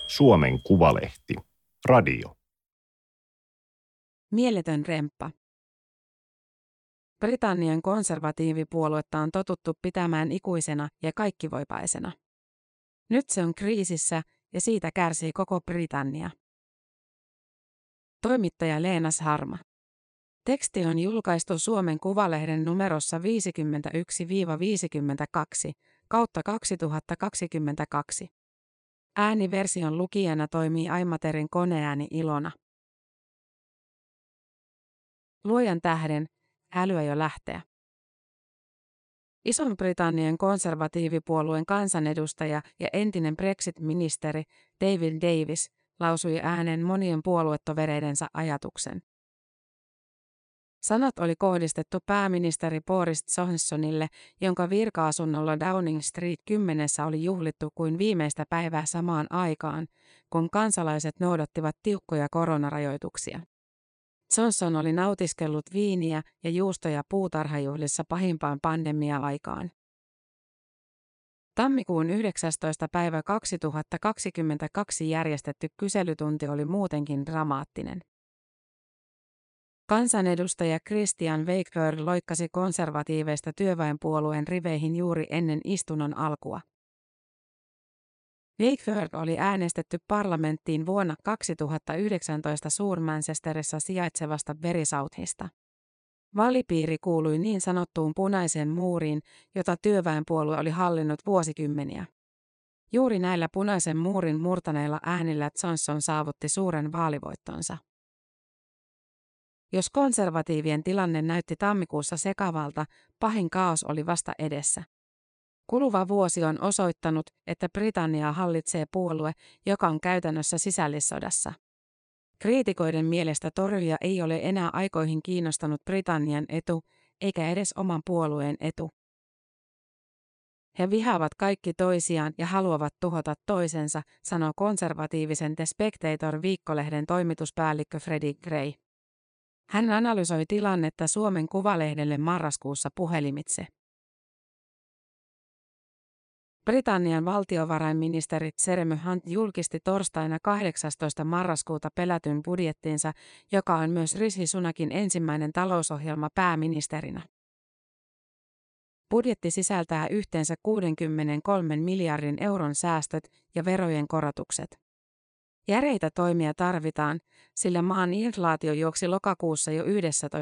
Suomen Kuvalehti. Radio. Mieletön remppa. Britannian konservatiivipuoluetta on totuttu pitämään ikuisena ja kaikkivoipaisena. Nyt se on kriisissä ja siitä kärsii koko Britannia. Toimittaja Leena Harma. Teksti on julkaistu Suomen Kuvalehden numerossa 51-52 kautta 2022. Ääniversion lukijana toimii Aimaterin koneääni Ilona. Luojan tähden, älyä jo lähteä. Ison-Britannian konservatiivipuolueen kansanedustaja ja entinen Brexit-ministeri David Davis lausui ääneen monien puoluetovereidensa ajatuksen. Sanat oli kohdistettu pääministeri Boris Johnsonille, jonka virka-asunnolla Downing Street 10 oli juhlittu kuin viimeistä päivää samaan aikaan, kun kansalaiset noudattivat tiukkoja koronarajoituksia. Johnson oli nautiskellut viiniä ja juustoja puutarhajuhlissa pahimpaan pandemia-aikaan. Tammikuun 19. päivä 2022 järjestetty kyselytunti oli muutenkin dramaattinen. Kansanedustaja Christian Wakeford loikkasi konservatiiveista työväenpuolueen riveihin juuri ennen istunnon alkua. Wakeford oli äänestetty parlamenttiin vuonna 2019 Suur-Manchesterissa sijaitsevasta Bury-Southista. Vaalipiiri kuului niin sanottuun punaiseen muuriin, jota työväenpuolue oli hallinnut vuosikymmeniä. Juuri näillä punaisen muurin murtaneilla äänillä Johnson saavutti suuren vaalivoittonsa. Jos konservatiivien tilanne näytti tammikuussa sekavalta, pahin kaos oli vasta edessä. Kuluva vuosi on osoittanut, että Britanniaa hallitsee puolue, joka on käytännössä sisällissodassa. Kriitikoiden mielestä Toryja ei ole enää aikoihin kiinnostanut Britannian etu, eikä edes oman puolueen etu. He vihaavat kaikki toisiaan ja haluavat tuhota toisensa, sanoo konservatiivisen The Spectator-viikkolehden toimituspäällikkö Freddie Gray. Hän analysoi tilannetta Suomen Kuvalehdelle marraskuussa puhelimitse. Britannian valtiovarainministeri Jeremy Hunt julkisti torstaina 18. marraskuuta pelätyn budjettinsa, joka on myös Rishi Sunakin ensimmäinen talousohjelma pääministerinä. Budjetti sisältää yhteensä 63 miljardin euron säästöt ja verojen korotukset. Järeitä toimia tarvitaan, sillä maan inflaatio juoksi lokakuussa jo 11%.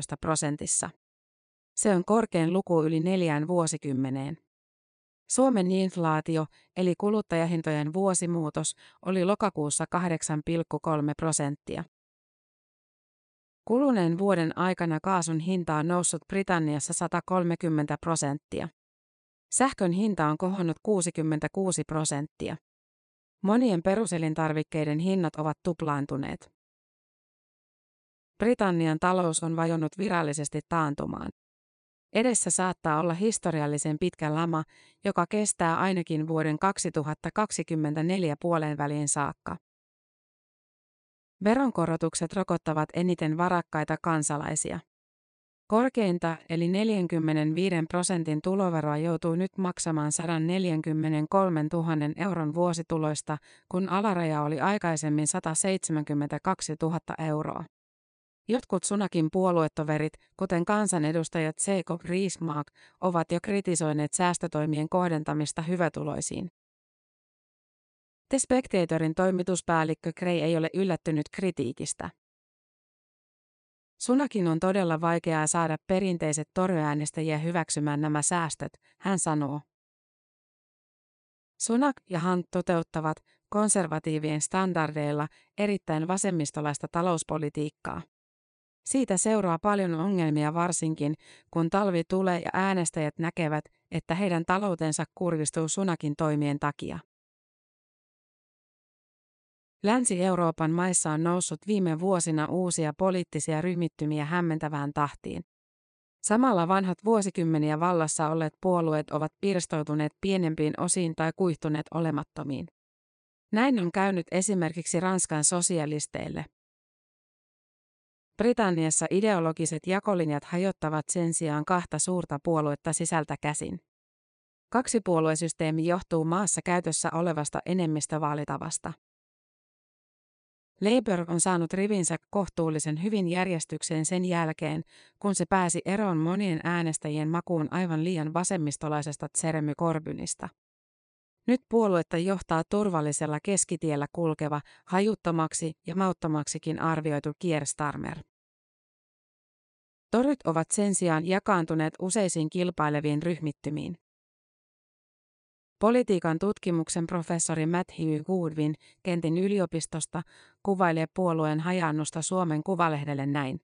Se on korkein luku yli 4 vuosikymmeneen. Suomen inflaatio, eli kuluttajahintojen vuosimuutos, oli lokakuussa 8,3%. Kuluneen vuoden aikana kaasun hinta on noussut Britanniassa 130%. Sähkön hinta on kohonnut 66%. Monien peruselintarvikkeiden hinnat ovat tuplaantuneet. Britannian talous on vajonnut virallisesti taantumaan. Edessä saattaa olla historiallisen pitkä lama, joka kestää ainakin vuoden 2024 puoleenväliin saakka. Veronkorotukset rokottavat eniten varakkaita kansalaisia. Korkeinta eli 45% tuloveroa joutuu nyt maksamaan 143 000 euron vuosituloista, kun alaraja oli aikaisemmin 172 000 euroa. Jotkut Sunakin puoluetoverit, kuten kansanedustajat Jacob Rees-Mogg, ovat jo kritisoineet säästötoimien kohdentamista hyvätuloisiin. The Spectatorin toimituspäällikkö Gray ei ole yllättynyt kritiikistä. Sunakin on todella vaikeaa saada perinteiset Tory-äänestäjiä hyväksymään nämä säästöt, hän sanoo. Sunak ja Hunt toteuttavat konservatiivien standardeilla erittäin vasemmistolaista talouspolitiikkaa. Siitä seuraa paljon ongelmia varsinkin, kun talvi tulee ja äänestäjät näkevät, että heidän taloutensa kurjistuu Sunakin toimien takia. Länsi-Euroopan maissa on noussut viime vuosina uusia poliittisia ryhmittymiä hämmentävään tahtiin. Samalla vanhat vuosikymmeniä vallassa olleet puolueet ovat pirstoutuneet pienempiin osiin tai kuihtuneet olemattomiin. Näin on käynyt esimerkiksi Ranskan sosialisteille. Britanniassa ideologiset jakolinjat hajottavat sen sijaan kahta suurta puoluetta sisältä käsin. Kaksipuoluesysteemi johtuu maassa käytössä olevasta enemmistövaalitavasta. Labour on saanut rivinsä kohtuullisen hyvin järjestykseen sen jälkeen, kun se pääsi eroon monien äänestäjien makuun aivan liian vasemmistolaisesta Jeremy Corbynista. Nyt puoluetta johtaa turvallisella keskitiellä kulkeva, hajuttomaksi ja mauttomaksikin arvioitu Keir Starmer. Toryt ovat sen sijaan jakaantuneet useisiin kilpaileviin ryhmittymiin. Politiikan tutkimuksen professori Matthew Goodwin Kentin yliopistosta kuvailee puolueen hajaannusta Suomen Kuvalehdelle näin.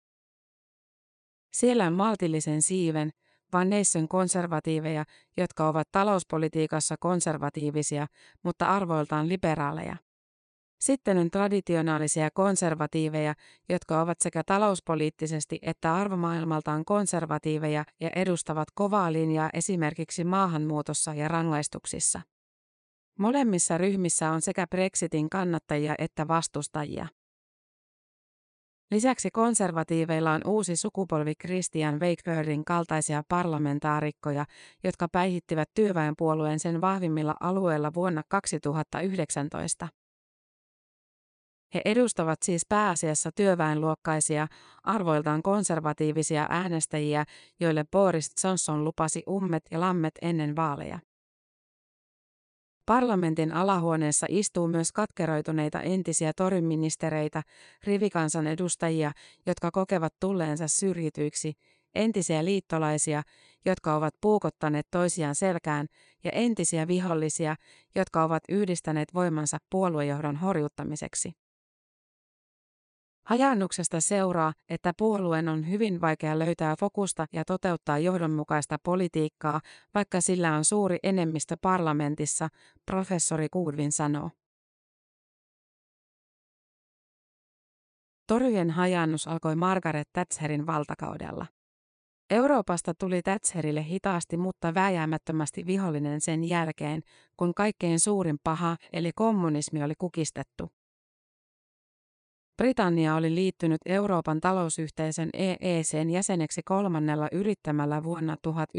Siellä on maltillisen siiven, One Nation konservatiiveja, jotka ovat talouspolitiikassa konservatiivisia, mutta arvoiltaan liberaaleja. Sitten on traditionaalisia konservatiiveja, jotka ovat sekä talouspoliittisesti että arvomaailmaltaan konservatiiveja ja edustavat kovaa linjaa esimerkiksi maahanmuutossa ja rangaistuksissa. Molemmissa ryhmissä on sekä Brexitin kannattajia että vastustajia. Lisäksi konservatiiveilla on uusi sukupolvi Christian Wakefordin kaltaisia parlamentaarikkoja, jotka päihittivät työväenpuolueen sen vahvimmilla alueilla vuonna 2019. He edustavat siis pääasiassa työväenluokkaisia, arvoiltaan konservatiivisia äänestäjiä, joille Boris Johnson lupasi ummet ja lammet ennen vaaleja. Parlamentin alahuoneessa istuu myös katkeroituneita entisiä Tory-ministereitä, rivikansanedustajia, jotka kokevat tulleensa syrjityiksi, entisiä liittolaisia, jotka ovat puukottaneet toisiaan selkään, ja entisiä vihollisia, jotka ovat yhdistäneet voimansa puoluejohdon horjuttamiseksi. Hajaannuksesta seuraa, että puolueen on hyvin vaikea löytää fokusta ja toteuttaa johdonmukaista politiikkaa, vaikka sillä on suuri enemmistö parlamentissa, professori Goodwin sanoo. Toryjen hajaannus alkoi Margaret Thatcherin valtakaudella. Euroopasta tuli Thatcherille hitaasti mutta vääjäämättömästi vihollinen sen jälkeen, kun kaikkein suurin paha eli kommunismi oli kukistettu. Britannia oli liittynyt Euroopan talousyhteisön EEC:n jäseneksi kolmannella yrittämällä vuonna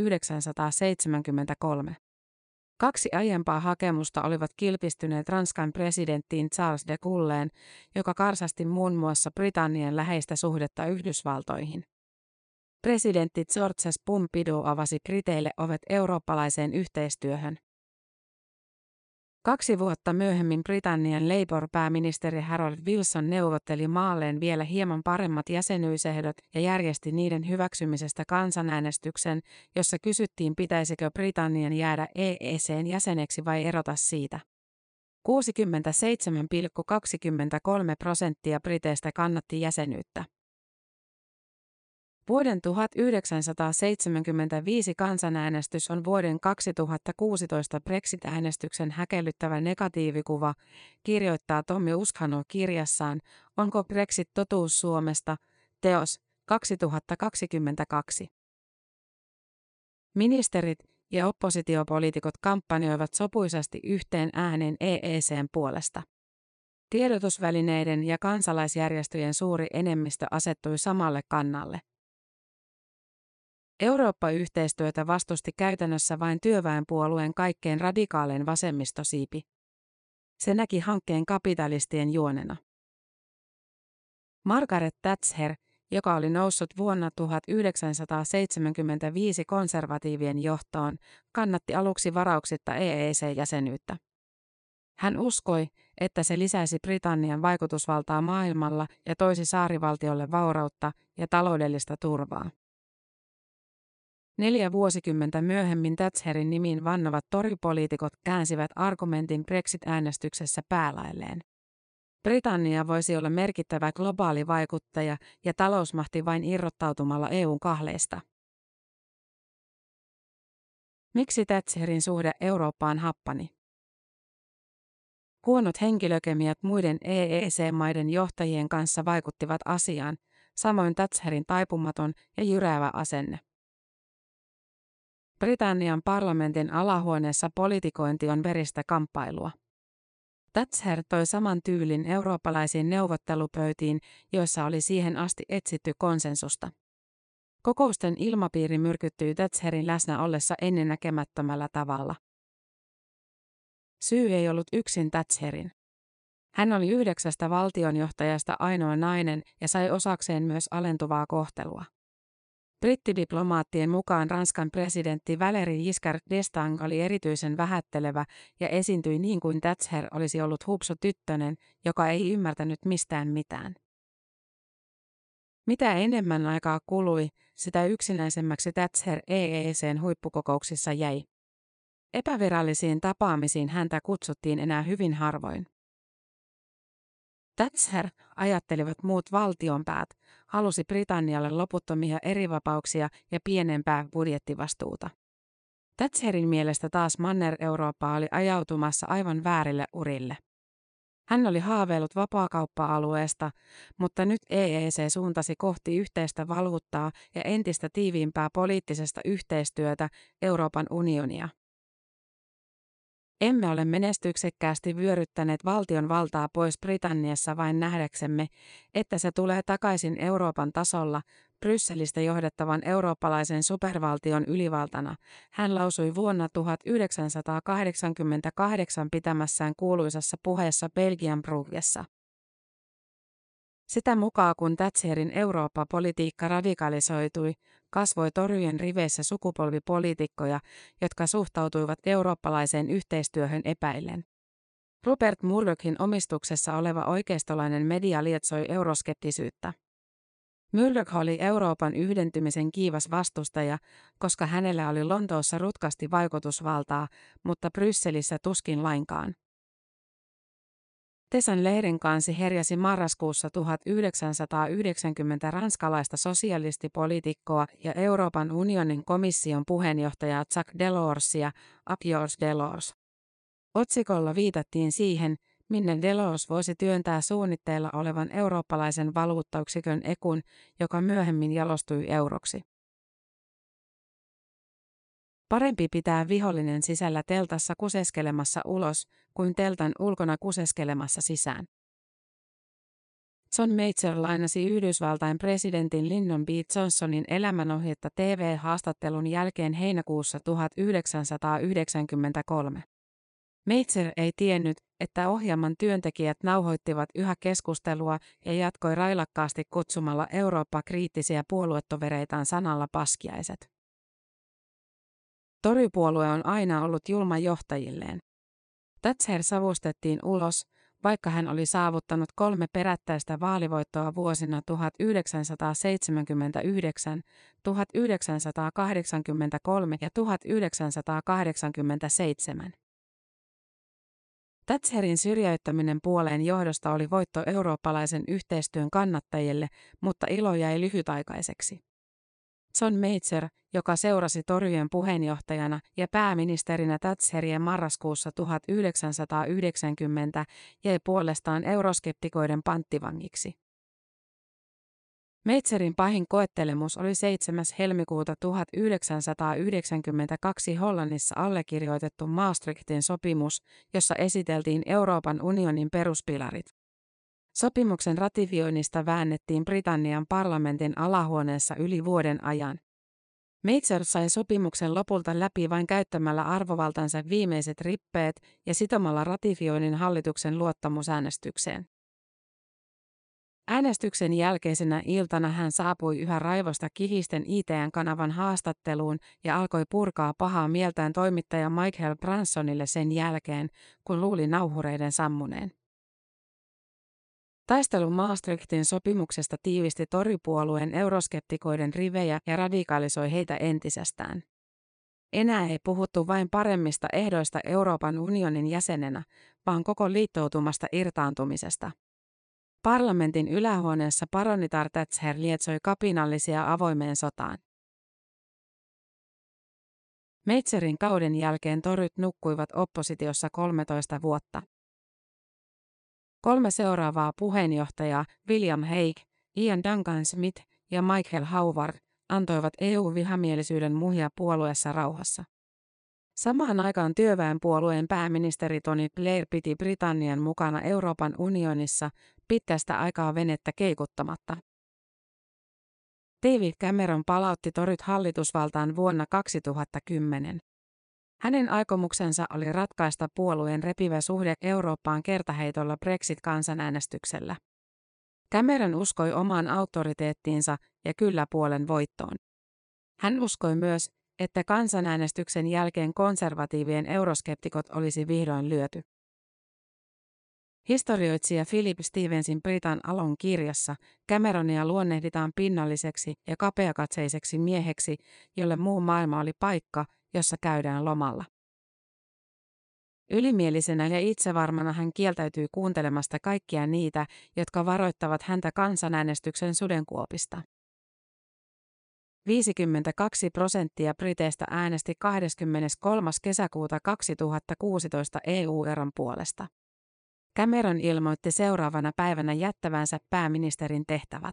1973. 2 aiempaa hakemusta olivat kilpistyneet Ranskan presidenttiin Charles de Gaulleen, joka karsasti muun muassa Britannian läheistä suhdetta Yhdysvaltoihin. Presidentti Georges Pompidou avasi Briteille ovet eurooppalaiseen yhteistyöhön. 2 vuotta myöhemmin Britannian Labour-pääministeri Harold Wilson neuvotteli maalleen vielä hieman paremmat jäsenyysehdot ja järjesti niiden hyväksymisestä kansanäänestyksen, jossa kysyttiin pitäisikö Britannian jäädä EEC:n jäseneksi vai erota siitä. 67,23% briteistä kannatti jäsenyyttä. Vuoden 1975 kansanäänestys on vuoden 2016 Brexit-äänestyksen häkellyttävä negatiivikuva, kirjoittaa Tommi Uskano kirjassaan Onko Brexit totuus Suomesta? Teos, 2022. Ministerit ja oppositiopoliitikot kampanjoivat sopuisasti yhteen ääneen EEC:n puolesta. Tiedotusvälineiden ja kansalaisjärjestöjen suuri enemmistö asettui samalle kannalle. Eurooppa-yhteistyötä vastusti käytännössä vain työväenpuolueen kaikkein radikaalein vasemmistosiipi. Se näki hankkeen kapitalistien juonena. Margaret Thatcher, joka oli noussut vuonna 1975 konservatiivien johtoon, kannatti aluksi varauksitta EEC-jäsenyyttä. Hän uskoi, että se lisäisi Britannian vaikutusvaltaa maailmalla ja toisi saarivaltiolle vaurautta ja taloudellista turvaa. 4 vuosikymmentä myöhemmin Thatcherin nimiin vannovat Tory-poliitikot käänsivät argumentin Brexit-äänestyksessä päälailleen. Britannia voisi olla merkittävä globaali vaikuttaja ja talousmahti vain irrottautumalla EUn kahleista. Miksi Thatcherin suhde Eurooppaan happani? Huonot henkilökemiat muiden EEC-maiden johtajien kanssa vaikuttivat asiaan, samoin Thatcherin taipumaton ja jyräävä asenne. Britannian parlamentin alahuoneessa politikointi on veristä kamppailua. Thatcher toi saman tyylin eurooppalaisiin neuvottelupöytiin, joissa oli siihen asti etsitty konsensusta. Kokousten ilmapiiri myrkyttyi Thatcherin läsnä ollessa ennennäkemättömällä tavalla. Syy ei ollut yksin Thatcherin. Hän oli 9 valtionjohtajasta ainoa nainen ja sai osakseen myös alentuvaa kohtelua. Brittidiplomaattien mukaan Ranskan presidentti Valéry Giscard d'Estaing oli erityisen vähättelevä ja esiintyi niin kuin Thatcher olisi ollut hupsu tyttönen, joka ei ymmärtänyt mistään mitään. Mitä enemmän aikaa kului, sitä yksinäisemmäksi Thatcher EEC:n huippukokouksissa jäi. Epävirallisiin tapaamisiin häntä kutsuttiin enää hyvin harvoin. Thatcher, ajattelivat muut valtionpäät, halusi Britannialle loputtomia erivapauksia ja pienempää budjettivastuuta. Thatcherin mielestä taas Manner-Eurooppa oli ajautumassa aivan väärille urille. Hän oli haaveillut vapaakauppa-alueesta, mutta nyt EEC suuntasi kohti yhteistä valuuttaa ja entistä tiiviimpää poliittisesta yhteistyötä, Euroopan unionia. Emme ole menestyksekkäästi vyöryttäneet valtion valtaa pois Britanniassa vain nähdäksemme, että se tulee takaisin Euroopan tasolla, Brysselistä johdettavan eurooppalaisen supervaltion ylivaltana, hän lausui vuonna 1988 pitämässään kuuluisassa puheessa Belgian Bruggessa. Sitä mukaan kun Thatcherin Eurooppa-politiikka radikalisoitui, kasvoi Toryjen riveissä sukupolvipoliitikkoja, jotka suhtautuivat eurooppalaiseen yhteistyöhön epäillen. Rupert Murdochin omistuksessa oleva oikeistolainen media lietsoi euroskeptisyyttä. Murdoch oli Euroopan yhdentymisen kiivas vastustaja, koska hänellä oli Lontoossa rutkasti vaikutusvaltaa, mutta Brysselissä tuskin lainkaan. Tesan lehdenkansi herjasi marraskuussa 1990 ranskalaista sosialistipoliitikkoa ja Euroopan unionin komission puheenjohtajaa Jacques Delorsia, Up yours Delors. Otsikolla viitattiin siihen, minne Delors voisi työntää suunnitteilla olevan eurooppalaisen valuuttayksikön ECUn, joka myöhemmin jalostui euroksi. Parempi pitää vihollinen sisällä teltassa kuseskelemassa ulos, kuin teltan ulkona kuseskelemassa sisään. John Major lainasi Yhdysvaltain presidentin Lyndon B. Johnsonin elämänohjetta TV-haastattelun jälkeen heinäkuussa 1993. Major ei tiennyt, että ohjelman työntekijät nauhoittivat yhä keskustelua ja jatkoi railakkaasti kutsumalla Eurooppa-kriittisiä puoluetovereitaan sanalla paskiaiset. Tory-puolue on aina ollut julma johtajilleen. Thatcher savustettiin ulos, vaikka hän oli saavuttanut 3 perättäistä vaalivoittoa vuosina 1979, 1983 ja 1987. Thatcherin syrjäyttäminen puoleen johdosta oli voitto eurooppalaisen yhteistyön kannattajille, mutta ilo jäi lyhytaikaiseksi. John Major, joka seurasi Toryjen puheenjohtajana ja pääministerinä Thatcheria marraskuussa 1990, jäi puolestaan euroskeptikoiden panttivangiksi. Majorin pahin koettelemus oli 7. helmikuuta 1992 Hollannissa allekirjoitettu Maastrichtin sopimus, jossa esiteltiin Euroopan unionin peruspilarit. Sopimuksen ratifioinnista väännettiin Britannian parlamentin alahuoneessa yli vuoden ajan. Major sai sopimuksen lopulta läpi vain käyttämällä arvovaltansa viimeiset rippeet ja sitomalla ratifioinnin hallituksen luottamusäänestykseen. Äänestyksen jälkeisenä iltana hän saapui yhä raivosta kihisten ITN-kanavan haastatteluun ja alkoi purkaa pahaa mieltään toimittaja Michael Bransonille sen jälkeen, kun luuli nauhureiden sammuneen. Taistelu Maastrichtin sopimuksesta tiivisti Tory-puolueen euroskeptikoiden rivejä ja radikalisoi heitä entisestään. Enää ei puhuttu vain paremmista ehdoista Euroopan unionin jäsenenä, vaan koko liittoutumasta irtaantumisesta. Parlamentin ylähuoneessa paronitar Thatcher lietsoi kapinallisia avoimeen sotaan. Majorin kauden jälkeen toryt nukkuivat oppositiossa 13 vuotta. 3 seuraavaa puheenjohtajaa, William Hague, Ian Duncan Smith ja Michael Howard, antoivat EU-vihamielisyyden muhia puolueessa rauhassa. Samaan aikaan työväenpuolueen pääministeri Tony Blair piti Britannian mukana Euroopan unionissa pitkästä aikaa venettä keikuttamatta. David Cameron palautti toryt hallitusvaltaan vuonna 2010. Hänen aikomuksensa oli ratkaista puolueen repivä suhde Eurooppaan kertaheitolla Brexit-kansanäänestyksellä. Cameron uskoi omaan auktoriteettiinsa ja kyllä-puolen voittoon. Hän uskoi myös, että kansanäänestyksen jälkeen konservatiivien euroskeptikot olisi vihdoin lyöty. Historioitsija Philip Stevensin Britan Alon kirjassa Cameronia luonnehditaan pinnalliseksi ja kapeakatseiseksi mieheksi, jolle muu maailma oli paikka, jossa käydään lomalla. Ylimielisenä ja itsevarmana hän kieltäytyy kuuntelemasta kaikkia niitä, jotka varoittavat häntä kansanäänestyksen sudenkuopista. 52% briteistä äänesti 23. kesäkuuta 2016 EU-eron puolesta. Cameron ilmoitti seuraavana päivänä jättävänsä pääministerin tehtävät.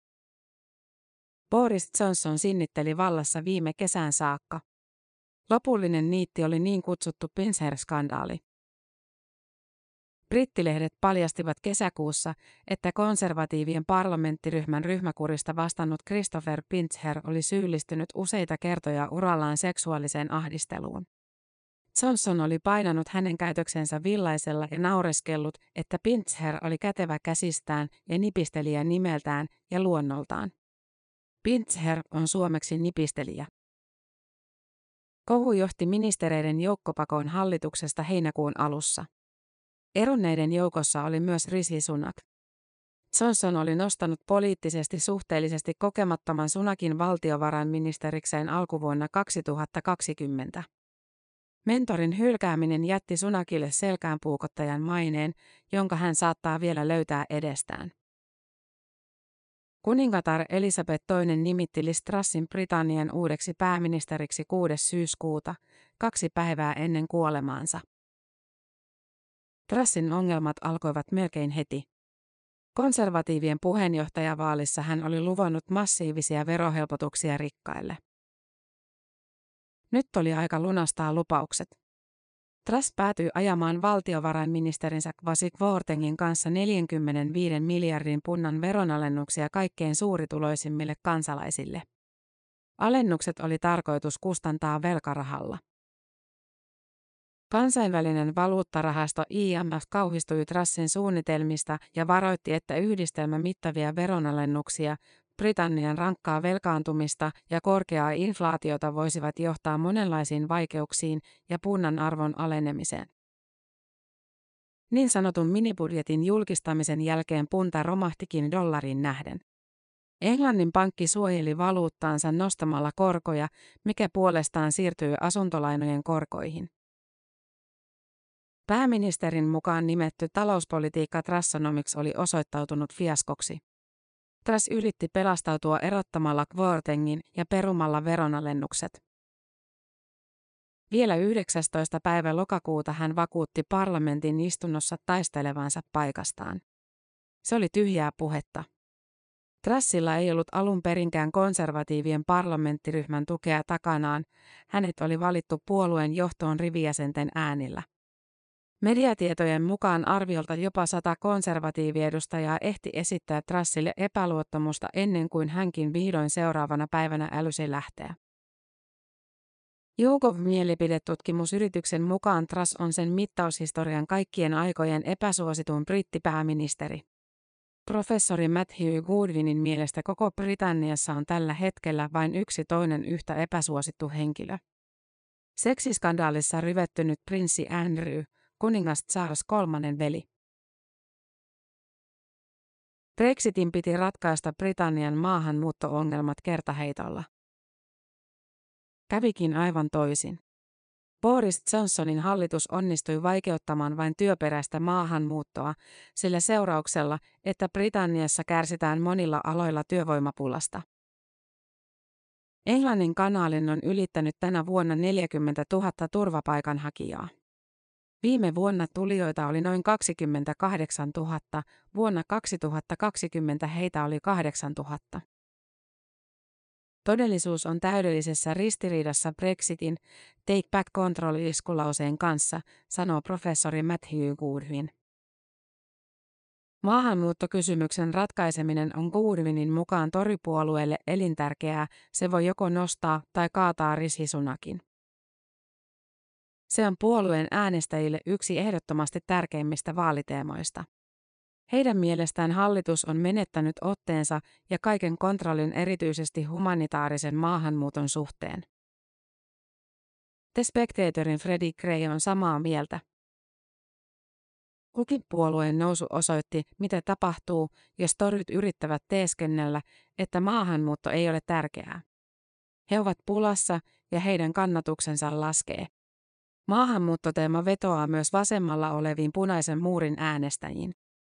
Boris Johnson sinnitteli vallassa viime kesään saakka. Lopullinen niitti oli niin kutsuttu Pincher-skandaali. Brittilehdet paljastivat kesäkuussa, että konservatiivien parlamenttiryhmän ryhmäkurista vastannut Christopher Pincher oli syyllistynyt useita kertoja urallaan seksuaaliseen ahdisteluun. Johnson oli painanut hänen käytöksensä villaisella ja naureskellut, että Pincher oli kätevä käsistään ja nipistelijä nimeltään ja luonnoltaan. Pincher on suomeksi nipistelijä. Kohu johti ministereiden joukkopakoon hallituksesta heinäkuun alussa. Eronneiden joukossa oli myös Rishi Sunak. Johnson oli nostanut poliittisesti suhteellisesti kokemattoman Sunakin valtiovarainministerikseen alkuvuonna 2020. Mentorin hylkääminen jätti Sunakille selkäänpuukottajan maineen, jonka hän saattaa vielä löytää edestään. Kuningatar Elisabeth II nimitti Liz Trussin Britannian uudeksi pääministeriksi 6. syyskuuta, 2 päivää ennen kuolemaansa. Trussin ongelmat alkoivat melkein heti. Konservatiivien puheenjohtajavaalissa hän oli luvannut massiivisia verohelpotuksia rikkaille. Nyt oli aika lunastaa lupaukset. Truss päätyi ajamaan valtiovarainministerinsä Kwasi Kwartengin kanssa 45 miljardin punnan veronalennuksia kaikkein suurituloisimmille kansalaisille. Alennukset oli tarkoitus kustantaa velkarahalla. Kansainvälinen valuuttarahasto IMF kauhistui Trussin suunnitelmista ja varoitti, että yhdistelmä mittavia veronalennuksia, Britannian rankkaa velkaantumista ja korkeaa inflaatiota voisivat johtaa monenlaisiin vaikeuksiin ja punnan arvon alenemiseen. Niin sanotun minibudjetin julkistamisen jälkeen punta romahtikin dollariin nähden. Englannin pankki suojeli valuuttaansa nostamalla korkoja, mikä puolestaan siirtyi asuntolainojen korkoihin. Pääministerin mukaan nimetty talouspolitiikka Trussonomics oli osoittautunut fiaskoksi. Truss yritti pelastautua erottamalla Kwartengin ja perumalla veronalennukset. Vielä 19. päivä lokakuuta hän vakuutti parlamentin istunnossa taistelevansa paikastaan. Se oli tyhjää puhetta. Trussilla ei ollut alun perinkään konservatiivien parlamenttiryhmän tukea takanaan, hänet oli valittu puolueen johtoon rivijäsenten äänillä. Mediatietojen mukaan arviolta jopa 100 konservatiiviedustajaa ehti esittää Trussille epäluottamusta ennen kuin hänkin vihdoin seuraavana päivänä älysi lähteä. YouGov-mielipidetutkimusyrityksen mukaan Truss on sen mittaushistorian kaikkien aikojen epäsuosituin brittipääministeri. Professori Matthew Goodwinin mielestä koko Britanniassa on tällä hetkellä vain yksi toinen yhtä epäsuosittu henkilö. Seksiskandaalissa ryvettynyt prinssi Andrew, kuningas Charles III veli. Brexitin piti ratkaista Britannian maahanmuutto-ongelmat kertaheitolla. Kävikin aivan toisin. Boris Johnsonin hallitus onnistui vaikeuttamaan vain työperäistä maahanmuuttoa sillä seurauksella, että Britanniassa kärsitään monilla aloilla työvoimapulasta. Englannin kanaalin on ylittänyt tänä vuonna 40 000 turvapaikanhakijaa. Viime vuonna tulijoita oli noin 28 000, vuonna 2020 heitä oli 8 000. Todellisuus on täydellisessä ristiriidassa Brexitin Take Back Control-iskulauseen kanssa, sanoo professori Matthew Goodwin. Maahanmuuttokysymyksen ratkaiseminen on Goodwinin mukaan Tory-puolueelle elintärkeää, se voi joko nostaa tai kaataa Rishi Sunakin. Se on puolueen äänestäjille yksi ehdottomasti tärkeimmistä vaaliteemoista. Heidän mielestään hallitus on menettänyt otteensa ja kaiken kontrollin erityisesti humanitaarisen maahanmuuton suhteen. The Spectatorin Freddie Gray on samaa mieltä. UKIP-puolueen nousu osoitti, mitä tapahtuu, jos toryt yrittävät teeskennellä, että maahanmuutto ei ole tärkeää. He ovat pulassa ja heidän kannatuksensa laskee. Maahanmuuttoteema vetoaa myös vasemmalla oleviin punaisen muurin äänestäjiin.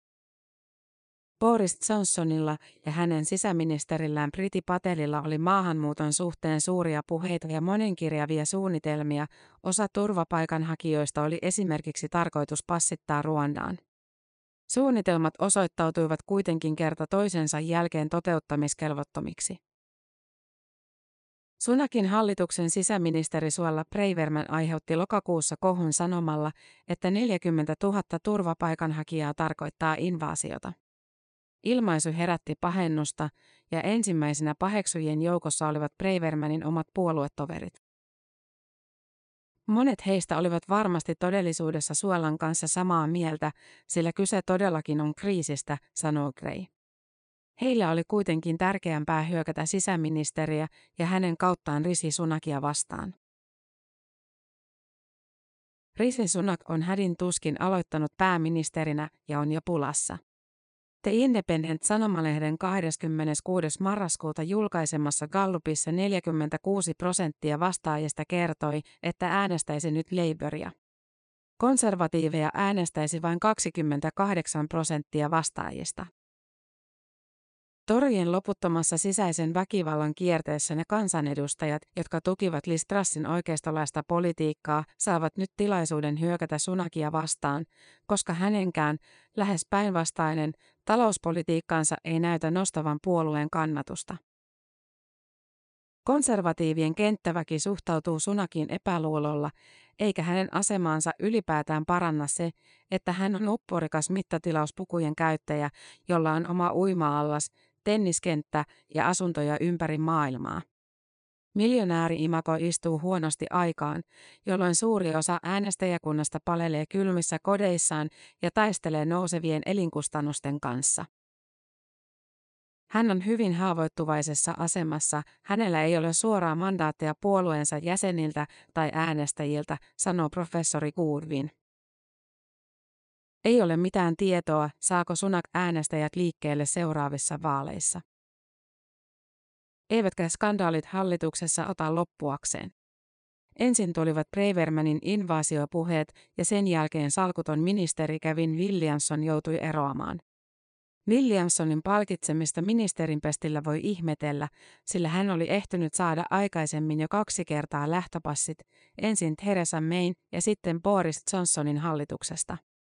Boris Johnsonilla ja hänen sisäministerillään Priti Patelilla oli maahanmuuton suhteen suuria puheita ja monenkirjavia suunnitelmia. Osa turvapaikanhakijoista oli esimerkiksi tarkoitus passittaa Ruandaan. Suunnitelmat osoittautuivat kuitenkin kerta toisensa jälkeen toteuttamiskelvottomiksi. Sunakin hallituksen sisäministeri Suella Braverman aiheutti lokakuussa kohun sanomalla, että 40 000 turvapaikanhakijaa tarkoittaa invaasiota. Ilmaisu herätti pahennusta ja ensimmäisenä paheksujien joukossa olivat Bravermanin omat puoluetoverit. Monet heistä olivat varmasti todellisuudessa Suelan kanssa samaa mieltä, sillä kyse todellakin on kriisistä, sanoo Gray. Heillä oli kuitenkin tärkeämpää hyökätä sisäministeriä ja hänen kauttaan Rishi Sunakia vastaan. Rishi Sunak on hädin tuskin aloittanut pääministerinä ja on jo pulassa. The Independent-sanomalehden 26. marraskuuta julkaisemassa Gallupissa 46% vastaajista kertoi, että äänestäisi nyt Labouria. Konservatiiveja äänestäisi vain 28% vastaajista. Toryjen loputtomassa sisäisen väkivallan kierteessä ne kansanedustajat, jotka tukivat Liz Trussin oikeistolaista politiikkaa, saavat nyt tilaisuuden hyökätä Sunakia vastaan, koska hänenkään, lähes päinvastainen, talouspolitiikkaansa ei näytä nostavan puolueen kannatusta. Konservatiivien kenttäväki suhtautuu Sunakiin epäluulolla, eikä hänen asemaansa ylipäätään paranna se, että hän on upporikas mittatilauspukujen käyttäjä, jolla on oma uima-allas, tenniskenttä ja asuntoja ympäri maailmaa. Miljonääri-imago istuu huonosti aikaan, jolloin suuri osa äänestäjäkunnasta palelee kylmissä kodeissaan ja taistelee nousevien elinkustannusten kanssa. Hän on hyvin haavoittuvaisessa asemassa, hänellä ei ole suoraa mandaattia puolueensa jäseniltä tai äänestäjiltä, sanoo professori Goodwin. Ei ole mitään tietoa, saako Sunak äänestäjät liikkeelle seuraavissa vaaleissa. Eivätkä skandaalit hallituksessa ota loppuakseen. Ensin tulivat Bravermanin invaasiopuheet ja sen jälkeen salkuton ministeri Gavin Williamson joutui eroamaan. Williamsonin palkitsemista ministerinpestillä voi ihmetellä, sillä hän oli ehtinyt saada aikaisemmin jo 2 kertaa lähtöpassit, ensin Theresa Mayn ja sitten Boris Johnsonin hallituksesta.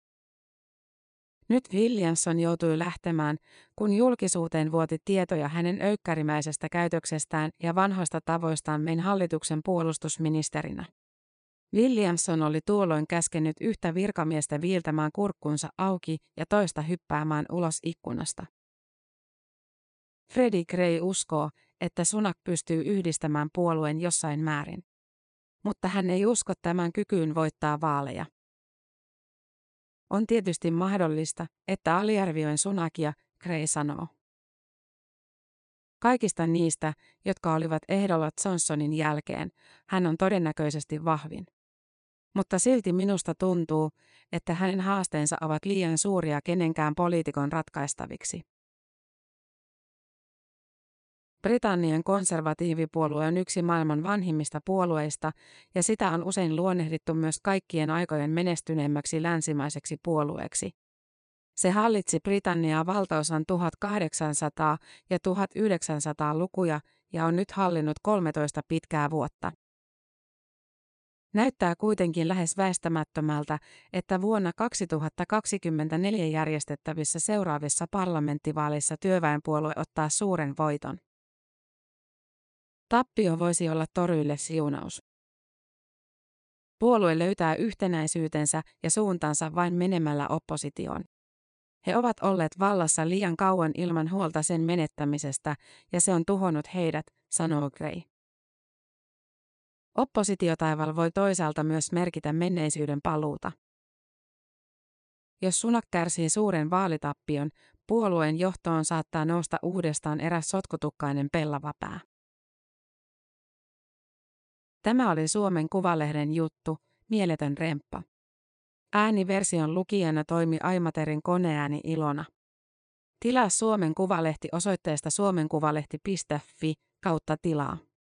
Nyt Williamson joutui lähtemään, kun julkisuuteen vuoti tietoja hänen öykkärimäisestä käytöksestään ja vanhoista tavoistaan Mayn hallituksen puolustusministerinä. Williamson oli tuolloin käskenyt yhtä virkamiestä viiltämään kurkkunsa auki ja toista hyppäämään ulos ikkunasta. Freddie Gray uskoo, että Sunak pystyy yhdistämään puolueen jossain määrin. Mutta hän ei usko tämän kykyyn voittaa vaaleja. On tietysti mahdollista, että aliarvioin Sunakia, Gray sanoo. Kaikista niistä, jotka olivat ehdolla Johnsonin jälkeen, hän on todennäköisesti vahvin. Mutta silti minusta tuntuu, että hänen haasteensa ovat liian suuria kenenkään poliitikon ratkaistaviksi. Britannian konservatiivipuolue on yksi maailman vanhimmista puolueista, ja sitä on usein luonnehdittu myös kaikkien aikojen menestyneemmäksi länsimaiseksi puolueeksi. Se hallitsi Britanniaa valtaosan 1800- ja 1900-lukuja ja on nyt hallinnut 13 pitkää vuotta. Näyttää kuitenkin lähes väistämättömältä, että vuonna 2024 järjestettävissä seuraavissa parlamenttivaaleissa työväenpuolue ottaa suuren voiton. Tappio voisi olla Toryille siunaus. Puolue löytää yhtenäisyytensä ja suuntansa vain menemällä oppositioon. He ovat olleet vallassa liian kauan ilman huolta sen menettämisestä, ja se on tuhonnut heidät, sanoo Gray. Oppositiotaival voi toisaalta myös merkitä menneisyyden paluuta. Jos Sunak kärsii suuren vaalitappion, puolueen johtoon saattaa nousta uudestaan eräs sotkutukkainen pellavapää. Tämä oli Suomen Kuvalehden juttu, mieletön remppa. Ääniversion lukijana toimi Aimaterin koneääni Ilona. Tilaa Suomen Kuvalehti osoitteesta suomenkuvalehti.fi/tilaa.